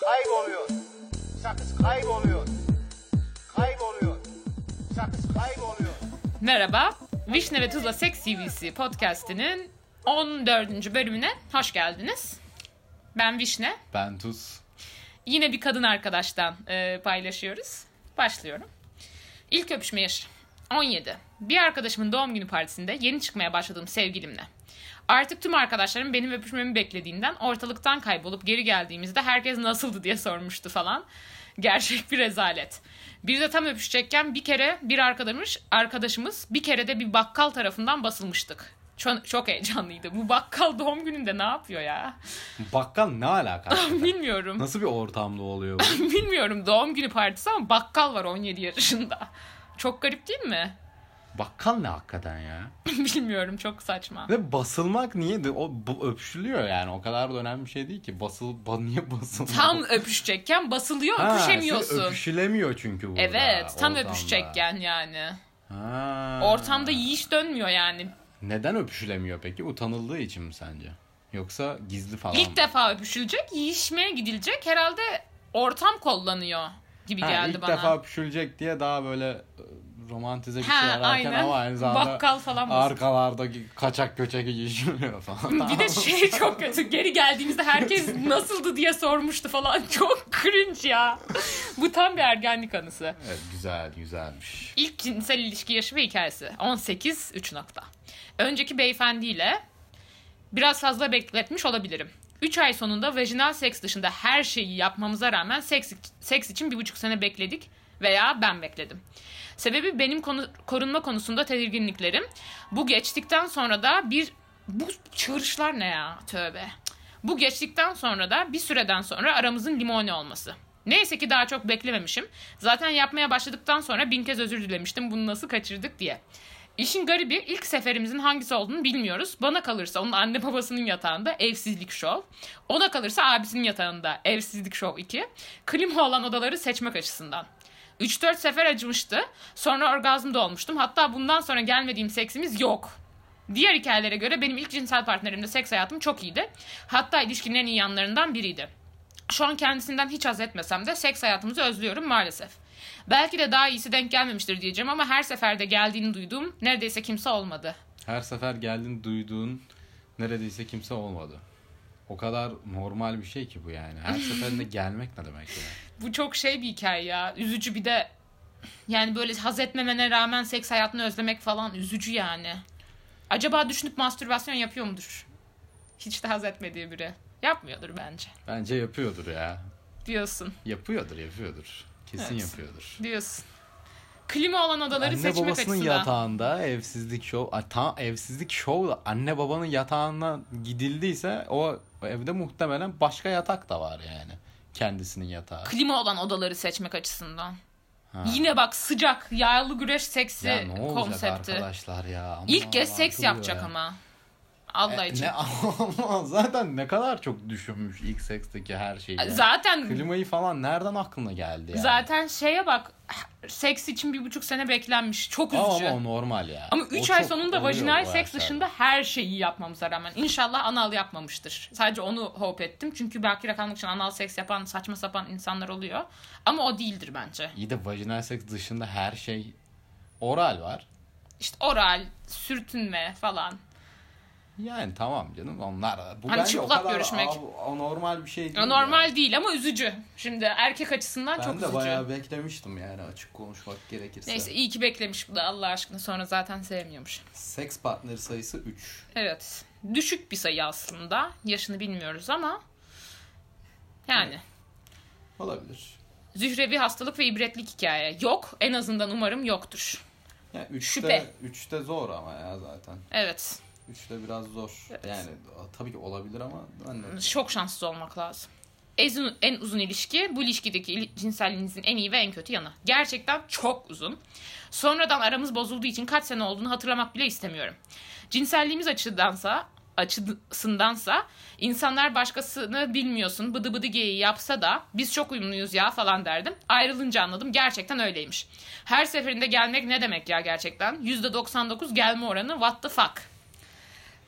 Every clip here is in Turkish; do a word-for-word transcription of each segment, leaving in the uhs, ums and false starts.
kayboluyor. Sakız kayboluyor. Kayboluyor. Sakız kayboluyor. Merhaba, Vişne ve Tuzla Seks T V'si podcast'inin on dördüncü bölümüne hoş geldiniz. Ben Vişne. Ben Tuz. Yine bir kadın arkadaştan e, paylaşıyoruz. Başlıyorum. İlk öpüşme yaşı on yedi. Bir arkadaşımın doğum günü partisinde yeni çıkmaya başladığım sevgilimle. Artık tüm arkadaşlarım benim öpüşmemi beklediğinden ortalıktan kaybolup geri geldiğimizde herkes nasıldı diye sormuştu falan. Gerçek bir rezalet. Bir de tam öpüşecekken bir kere bir arkadaşımız, arkadaşımız bir kere de bir bakkal tarafından basılmıştık. Çok, çok heyecanlıydı. Bu bakkal doğum gününde ne yapıyor ya? Bakkal ne alaka? Bilmiyorum. Nasıl bir ortamda oluyor bu? Bilmiyorum, doğum günü partisi ama bakkal var on yedi yaşında. Çok garip değil mi? Bakkal ne hakikaten ya? Bilmiyorum, çok saçma. Ve basılmak niye? De, o bu öpüşülüyor yani. O kadar da önemli bir şey değil ki. Basıl, ba, niye basılmak? Tam öpüşecekken basılıyor, ha, öpüşemiyorsun. Öpüşülemiyor çünkü burada. Evet, tam ortamda. öpüşecekken yani. Ha. Ortamda yiyiş dönmüyor yani. Neden öpüşülemiyor peki? Utanıldığı için mi sence? Yoksa gizli falan İlk mı? defa öpüşülecek, yiyişmeye gidilecek. Herhalde ortam kollanıyor gibi ha, geldi ilk bana. İlk defa öpüşülecek diye daha böyle romantize bir ha, şey ararken aynen. ama aynı zamanda bakkal falan basın. arkalardaki kaçak göçek yiyişiliyor falan. Bir de şey çok kötü. Geri geldiğimizde herkes nasıldı diye sormuştu falan. Çok cringe ya. Bu tam bir ergenlik anısı. Evet, güzel, güzelmiş. İlk cinsel ilişki yaşı ve hikayesi. on sekiz üç nokta. Önceki beyefendiyle biraz fazla bekletmiş olabilirim. üç ay sonunda vajinal seks dışında her şeyi yapmamıza rağmen seks, seks için bir buçuk sene bekledik veya ben bekledim. Sebebi benim konu, korunma konusunda tedirginliklerim. Bu geçtikten sonra da bir... Bu çığırışlar ne ya? Tövbe. Bu geçtikten sonra da bir süreden sonra aramızın limoni olması. Neyse ki daha çok beklememişim. Zaten yapmaya başladıktan sonra bin kez özür dilemiştim bunu nasıl kaçırdık diye. İşin garibi ilk seferimizin hangisi olduğunu bilmiyoruz. Bana kalırsa onun anne babasının yatağında Evsizlik Show. Ona kalırsa abisinin yatağında Evsizlik Show iki. Klima olan odaları seçmek açısından. üç dört sefer acımıştı. Sonra orgazmda olmuştum. Hatta bundan sonra gelmediğim seksimiz yok. Diğer hikayelere göre benim ilk cinsel partnerimde seks hayatım çok iyiydi. Hatta ilişkinin en iyi yanlarından biriydi. Şu an kendisinden hiç haz etmesem de seks hayatımızı özlüyorum maalesef. Belki de daha iyisi denk gelmemiştir diyeceğim ama her seferde geldiğini duyduğum neredeyse kimse olmadı. Her sefer geldiğini duyduğun neredeyse kimse olmadı. O kadar normal bir şey ki bu yani. Her seferinde gelmek ne demek yani? Bu çok şey bir hikaye ya. Üzücü bir de yani böyle haz etmemene rağmen seks hayatını özlemek falan üzücü yani. Acaba düşünüp mastürbasyon yapıyor mudur? Hiç de haz etmediği biri. Yapmıyordur bence. Bence yapıyordur ya. Diyorsun. Yapıyordur, yapıyordur. Kesin evet. yapıyordur. Diyorsun. Klima olan odaları anne seçmek babasının açısından. yatağında evsizlik show, tam evsizlik show anne babanın yatağına gidildiyse o evde muhtemelen başka yatak da var yani. Kendisinin yatağı. Klima olan odaları seçmek açısından. Ha. Yine bak sıcak, yağlı güreş seksi ya ne olacak konsepti. arkadaşlar ya. Ama İlk kez seks yapacak ya. ama. Allah e, için. Ne, zaten ne kadar çok düşünmüş ilk seksteki her şeyi. Ya. Zaten. Klimayı falan nereden aklına geldi yani? Zaten şeye bak. Seks için bir buçuk sene beklenmiş. Çok üzücü. Ama, ama o normal ya. Ama üç ay sonunda vajinal seks yaşlarda. dışında her şeyi yapmamıza rağmen. İnşallah anal yapmamıştır. Sadece onu hope ettim. Çünkü belki rakamlık için anal seks yapan saçma sapan insanlar oluyor. Ama o değildir bence. İyi de vajinal seks dışında her şey oral var. İşte oral, sürtünme falan. Yani tamam canım onlar. Bu hani bence çıplak o kadar görüşmek. a- o normal bir şey değil. O normal ya. değil ama üzücü. Şimdi erkek açısından ben çok üzücü. Ben de bayağı beklemiştim yani açık konuşmak gerekirse. Neyse iyi ki beklemiş bu da Allah aşkına, sonra zaten sevmiyormuş. Seks partneri sayısı üç. Evet. Düşük bir sayı aslında. Yaşını bilmiyoruz ama yani. Evet. Olabilir. Zührevi hastalık ve ibretlik hikaye. Yok. En azından umarım yoktur. Yani üçte, Şüphe. Üçte zor ama ya zaten. Evet. Üçte biraz zor. Evet. Yani tabii ki olabilir ama ben de... Çok şanssız olmak lazım. En, en uzun ilişki bu ilişkideki cinselliğinizin en iyi ve en kötü yanı. Gerçekten çok uzun. Sonradan aramız bozulduğu için kaç sene olduğunu hatırlamak bile istemiyorum. Cinselliğimiz açıdansa, açısındansa insanlar başkasını bilmiyorsun bıdı bıdı geyiği yapsa da biz çok uyumluyuz ya falan derdim. Ayrılınca anladım gerçekten öyleymiş. Her seferinde gelmek ne demek ya gerçekten? yüzde doksan dokuz gelme oranı what the fuck.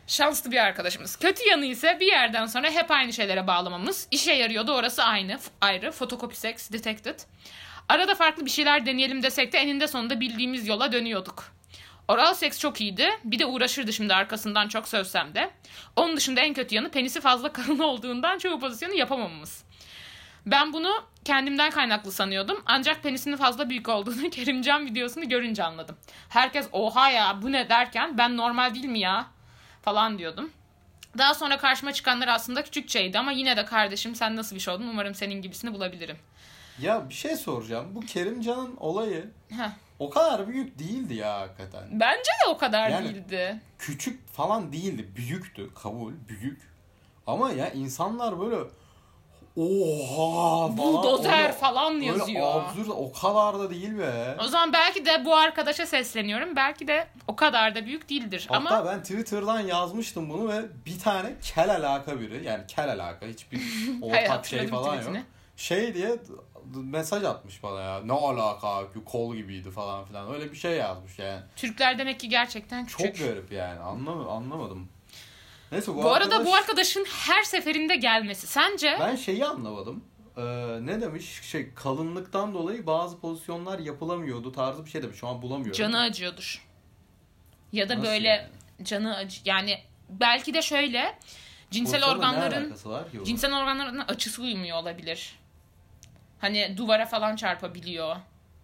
Şanslı bir arkadaşımız. Kötü yanı ise bir yerden sonra hep aynı şeylere bağlamamız. İşe yarıyordu, orası aynı, ayrı. Photocopy sex detected. Arada farklı bir şeyler deneyelim desek de eninde sonunda bildiğimiz yola dönüyorduk. Oral seks çok iyiydi. Bir de uğraşırdı şimdi arkasından çok sövsem de. Onun dışında en kötü yanı penisi fazla kalın olduğundan çoğu pozisyonu yapamamamız. Ben bunu kendimden kaynaklı sanıyordum. Ancak penisinin fazla büyük olduğunu Kerimcan videosunu görünce anladım. Herkes oha ya bu ne derken ben normal değil mi ya falan diyordum. Daha sonra karşıma çıkanlar aslında küçükçeydi ama yine de kardeşim sen nasıl bir şey oldun? Umarım senin gibisini bulabilirim. Ya bir şey soracağım. Bu Kerimcan'ın olayı Heh. o kadar büyük değildi ya hakikaten. Bence de o kadar Yani değildi. Küçük falan değildi. Büyüktü. Kabul. Büyük. Ama ya insanlar böyle oha falan. Buldozer öyle- falan öyle yazıyor. absürt, o kadar da değil be. O zaman belki de bu arkadaşa sesleniyorum. Belki de o kadar da büyük değildir. Hatta Ama ben Twitter'dan yazmıştım bunu ve bir tane kel alaka biri, yani kel alaka, hiçbir Hayır, ortak şey hatırladım falan yok. tweetini. Şey diye mesaj atmış bana ya. Ne alaka, kol gibiydi falan filan. Öyle bir şey yazmış yani. Türkler demek ki gerçekten küçük. Çok garip yani. Anlam anlamadım. Neyse bu, Bu arkadaş, arada bu arkadaşın her seferinde gelmesi. Sence? ben şeyi anlamadım. Ee, ne demiş? Şey, kalınlıktan dolayı bazı pozisyonlar yapılamıyordu tarzı bir şey demiş. Şu an bulamıyorum. Canı acıyordur. Ya da Nasıl böyle yani? canı acı. Yani belki de şöyle cinsel Pozisyonla ne organların alakası var ki bunun? cinsel organların açısı uymuyor olabilir. Hani duvara falan çarpabiliyor.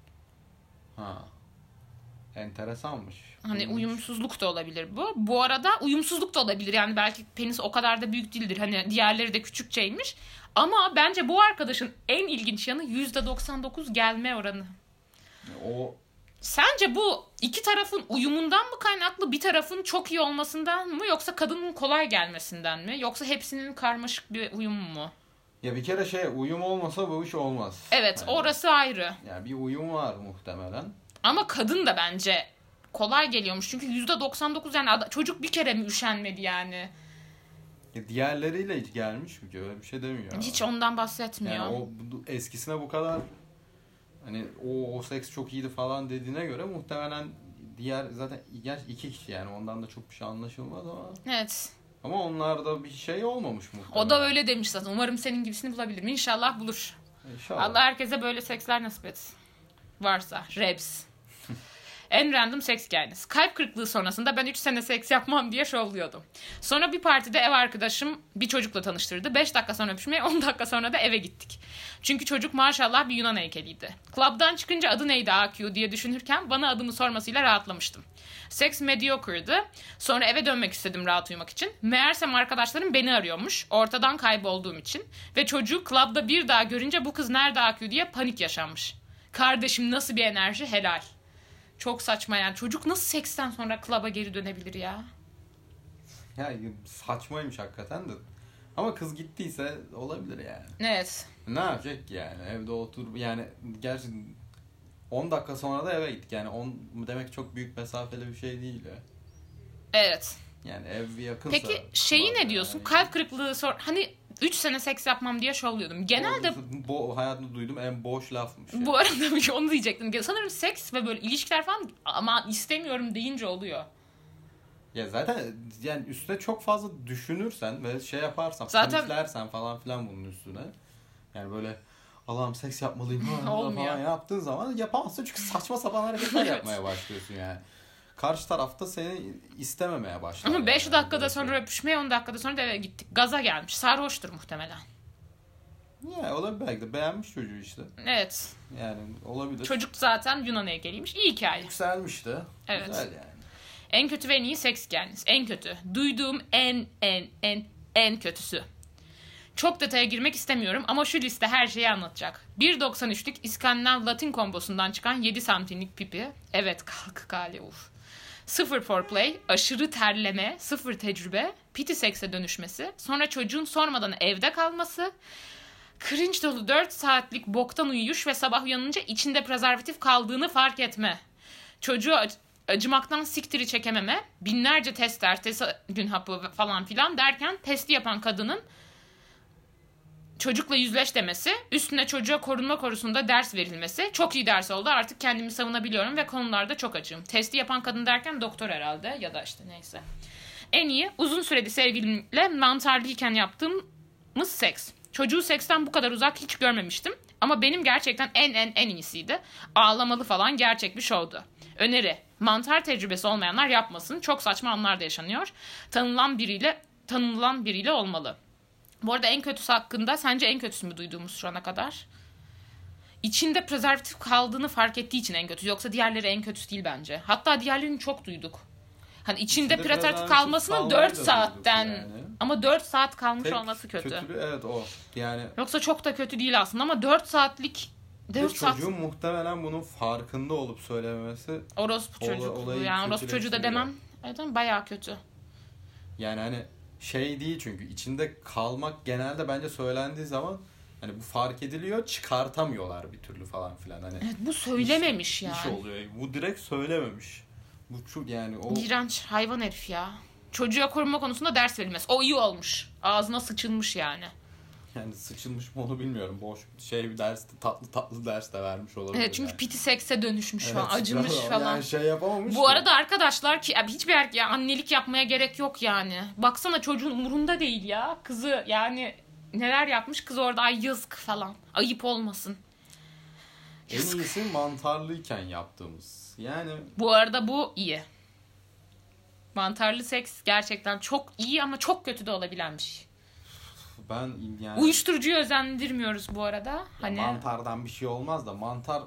Ha. Enteresanmış. Hani İlginç. uyumsuzluk da olabilir bu. Bu arada uyumsuzluk da olabilir. Yani belki penis o kadar da büyük değildir. Hani diğerleri de küçükçeymiş. Ama bence bu arkadaşın en ilginç yanı yüzde doksan dokuz gelme oranı. O Sence bu iki tarafın uyumundan mı kaynaklı, bir tarafın çok iyi olmasından mı, yoksa kadının kolay gelmesinden mi, yoksa hepsinin karmaşık bir uyumu mu? ya bir kere şey, uyum olmasa bu iş olmaz. Evet, Yani, orası ayrı. yani bir uyum var muhtemelen. Ama kadın da bence kolay geliyormuş. Çünkü yüzde doksan dokuz yani ada- çocuk bir kere mi üşenmedi yani? Ya diğerleriyle hiç gelmiş mi ki? Öyle bir şey demiyor. Hiç ondan bahsetmiyor. Yani o bu- eskisine bu kadar hani o, o seks çok iyiydi falan dediğine göre muhtemelen diğer zaten gerçi iki kişi, yani ondan da çok bir şey anlaşılmaz ama Evet. ama onlarda bir şey olmamış muhtemelen. O da öyle demiş zaten. Umarım senin gibisini bulabilirim. İnşallah bulur. İnşallah. Allah herkese böyle seksler nasip etsin. Varsa. Rebs. En random seks hikayeniz. Kalp kırıklığı sonrasında ben üç sene seks yapmam diye şovluyordum. Sonra bir partide ev arkadaşım bir çocukla tanıştırdı. beş dakika sonra öpüşmeye, on dakika sonra da eve gittik. Çünkü çocuk maşallah bir Yunan heykeliydi. Club'dan çıkınca adı neydi A Q diye düşünürken bana adımı sormasıyla rahatlamıştım. Seks mediocre'dı. Sonra eve dönmek istedim rahat uyumak için. Meğersem arkadaşlarım beni arıyormuş. Ortadan kaybolduğum için. Ve çocuğu club'da bir daha görünce bu kız nerede A Q diye panik yaşanmış. Kardeşim nasıl bir enerji, helal. Çok saçma yani. Çocuk nasıl seksten sonra club'a geri dönebilir ya? Ya saçmaymış hakikaten de. Ama kız gittiyse olabilir yani. Evet. Ne yapacak ki yani? Evde otur yani, gerçi on dakika sonra da eve gittik. Yani on demek çok büyük mesafeli bir şey değil ya. Evet. Yani ev yakınsa. Peki şeyi falan ne diyorsun? yani. Kalp kırıklığı sor... Hani üç sene seks yapmam diye şovluyordum. Genelde Bu, bu hayatımda duyduğum en boş lafmış. bu arada bir şey onu diyecektim. Sanırım seks ve böyle ilişkiler falan ama istemiyorum deyince oluyor. Ya zaten yani üstüne çok fazla düşünürsen ve şey yaparsan, Zaten- paniklersen falan filan bunun üstüne. Yani böyle Allah'ım seks yapmalıyım falan Olmuyor. yaptığın zaman yapamazsın çünkü saçma sapan hareketler Evet. yapmaya başlıyorsun yani. Karşı tarafta seni istememeye başlar. Ama beş yani. dakikada Böyle sonra şey. öpüşmeye, on dakikada sonra da eve gittik. Gaza gelmiş. Sarhoştur muhtemelen. Ya o da belki de beğenmiş çocuğu işte. Evet. Yani olabilir. Çocuk zaten Yunan heykeliymiş. İyi hikaye. yükselmiş de. Evet. Güzel yani. En kötü ve en iyi seks hikayeniz. En kötü. Duyduğum en en en en kötüsü. Çok detaya girmek istemiyorum ama şu liste her şeyi anlatacak. bir doksan üçlük İskandinav Latin kombosundan çıkan yedi santimlik pipi. Evet kalk kale uf. Sıfır foreplay, aşırı terleme, sıfır tecrübe, piti sekse dönüşmesi, sonra çocuğun sormadan evde kalması, cringe dolu dört saatlik boktan uyuyuş ve sabah uyanınca içinde prezervatif kaldığını fark etme. Çocuğu ac- acımaktan siktiri çekememe, binlerce testler, gün hapı falan filan derken testi yapan kadının çocukla yüzleş demesi, üstüne çocuğa korunma konusunda ders verilmesi. Çok iyi ders oldu, artık kendimi savunabiliyorum ve konularda çok açığım. Testi yapan kadın derken doktor herhalde ya da işte neyse. En iyi uzun süreli sevgilimle mantarlıyken yaptığımız seks. Çocuğu seksten bu kadar uzak hiç görmemiştim. Ama benim gerçekten en en en iyisiydi. Ağlamalı falan, gerçek bir şovdu. Öneri: mantar tecrübesi olmayanlar yapmasın. Çok saçma anlar da yaşanıyor. Tanınan biriyle tanınan biriyle olmalı. Bu arada en kötüsü hakkında, sence en kötüsü mü duyduğumuz şu ana kadar? İçinde prezervatif kaldığını fark ettiği için en kötü. Yoksa diğerleri en kötüsü değil bence. Hatta diğerlerini çok duyduk. Hani içinde, İçinde prezervatif prezervatif kalmasının kalmayı dört da saatten duyduk yani. ama dört saat kalmış Tek olması kötü. Kötülüğü evet o. Yani Yoksa çok da kötü değil aslında ama dört saatlik ve dört saat çocuğun muhtemelen bunun farkında olup söylememesi, orospu Ola- çocukluğu. olayı Yani orospu çocuğu da kötüleştiriyor. demem. Evet ama bayağı kötü. yani hani şey değil, çünkü içinde kalmak genelde bence söylendiği zaman hani bu fark ediliyor, çıkartamıyorlar bir türlü falan filan. Hani Evet, bu söylememiş iş, yani. iş oluyor. Bu direkt söylememiş. Bu çok yani o İğrenç hayvan herif ya. Çocuğa korunma konusunda ders verilmez. O iyi olmuş. Ağzına sıçılmış yani. yani sıçılmış mı onu bilmiyorum. Boş şey bir ders, tatlı tatlı ders de vermiş olabilir. Evet, çünkü yani. piti sekse dönüşmüş Evet, falan. Acımış bravo. falan. Yani şey yapamamış. Bu ki. arada arkadaşlar ki abi hiçbir erkek ya annelik yapmaya gerek yok yani. Baksana çocuğun umurunda değil ya. Kızı yani neler yapmış, kız orada ay yazık falan. Ayıp olmasın. En iyisi mantarlıyken yaptığımız. Yani Bu arada bu iyi. Mantarlı seks gerçekten çok iyi ama çok kötü de olabilen bir şey. ben yani Uyuşturucuyu özendirmiyoruz bu arada. Hani mantardan bir şey olmaz da mantar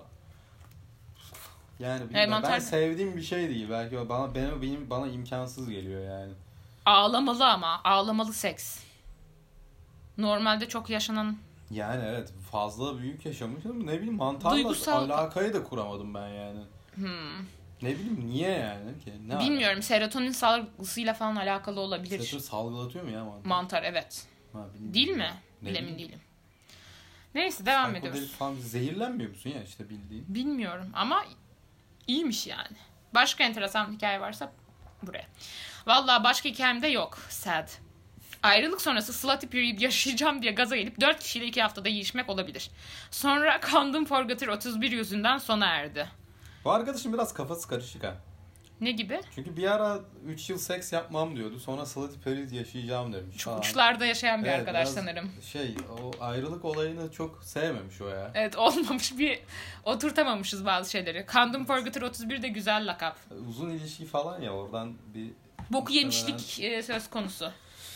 yani bilmiyorum, Evet, mantar- ben sevdiğim bir şey değil. Belki o bana benim, benim bana imkansız geliyor yani. ağlamalı ama ağlamalı seks. Normalde çok yaşanan Yani evet, fazla büyük yaşamış ama ne bileyim mantarla Duygusal- alakayı da kuramadım ben yani. hmm, Ne bileyim niye yani ki? Ne bilmiyorum, serotonin salgısıyla falan alakalı olabilir. Serotonin salgılatıyor mu ya mantar? Mantar evet. Ha, bilmiyorum. Değil mi? Ne Bilemin bileyim. değilim. Neyse devam Psikodelik ediyoruz. falan zehirlenmiyor musun ya işte bildiğin? Bilmiyorum ama iyiymiş yani. Başka enteresan bir hikaye varsa buraya. Vallahi başka hikayem de yok. Sad. Ayrılık sonrası slutty period yaşayacağım diye gaza gelip dört kişiyle iki haftada yiyişmek olabilir. Sonra Condom Forgetter otuz bir yüzünden sona erdi. Bu arkadaşın biraz kafası karışık ha. Ne gibi? Çünkü bir ara üç yıl seks yapmam diyordu. Sonra slutty period yaşayacağım demiş. Çok falan. uçlarda yaşayan bir Evet, arkadaş biraz sanırım. Şey, o ayrılık olayını çok sevmemiş o ya. Evet, olmamış bir oturtamamışız bazı şeyleri. Condom Forgetter otuz bir de güzel lakap. Uzun ilişki falan ya, oradan bir... Boku yemişlik e, söz konusu.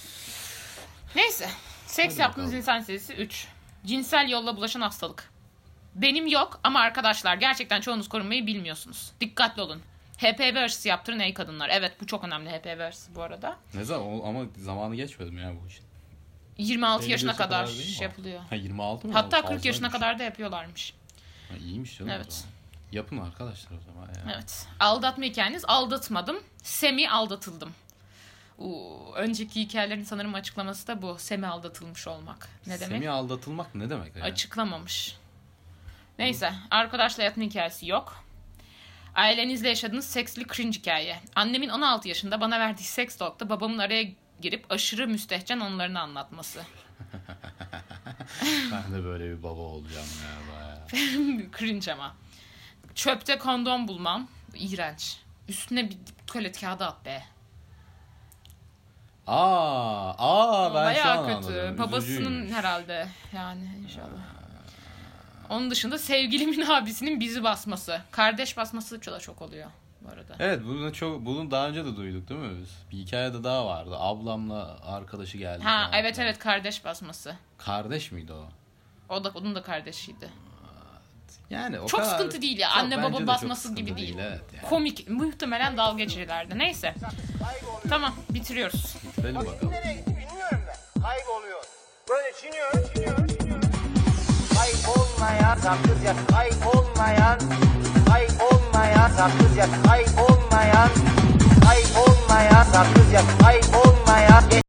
Neyse. Seks Hadi yaptığınız bakalım. insan sayısı üç. Cinsel yolla bulaşan hastalık. Benim yok ama arkadaşlar gerçekten çoğunuz korunmayı bilmiyorsunuz. Dikkatli olun. H P V aşısı yaptırın ey kadınlar. Evet, bu çok önemli, H P V aşısı bu arada. Ne zaman o- ama zamanı geçmedi mi ya bu işin? yirmi altı elli yaşına yaşa kadar kadar değil mi o? yapılıyor. Ha yirmi altı mı? Hatta O kırk yaşına fazlaymış. kadar da yapıyorlarmış. Ha, iyiymiş canım Evet. o zaman. Yapın arkadaşlar o zaman ya. Evet. Aldatma hikayeniz: aldatmadım. Semi aldatıldım. Oo, önceki hikayelerin sanırım açıklaması da bu. Semi aldatılmış olmak. Ne demek? Semi aldatılmak ne demek ya? Açıklamamış. Neyse. Arkadaşla yatma hikayesi yok. Ailenizle yaşadığınız seksli cringe hikaye. Annemin on altı yaşında bana verdiği seks talk'ta babamın araya girip aşırı müstehcen anılarını anlatması. Ben de böyle bir baba olacağım ya bayağı. Cringe ama. Çöpte kondom bulmam. İğrenç. Üstüne bir tuvalet kağıdı at be. Aa, aa ben şu an Bayağı kötü. anladım. Babasının Üzücüymüş. herhalde. Yani inşallah. Onun dışında sevgilimin abisinin bizi basması. Kardeş basması da çok oluyor bu arada. Evet, bunu çok bunu daha önce de duyduk değil mi biz? Bir hikayede daha vardı. Ablamla arkadaşı geldi. Ha falan evet filan. evet, kardeş basması. Kardeş miydi o? O da onun da kardeşiydi. Yani o Çok kadar... sıkıntı değil ya. Çok- Anne bence de baba çok basması sıkıntı gibi değil. Evet yani. Komik. Muhtemelen dalga geçirirlerdi. Neyse. Kayboluyor. Tamam, bitiriyoruz. Bitirelim Bak bakalım. nereye gitti bilmiyorum ben. Kayboluyor. Böyle çiniyor, çiniyor, çiniyor. Kaybolmayan sakız yak. Kaybolmayan. Kaybolmayan sakız yak. Kaybolmayan. Kaybolmayan sakız yak. Kaybolmayan.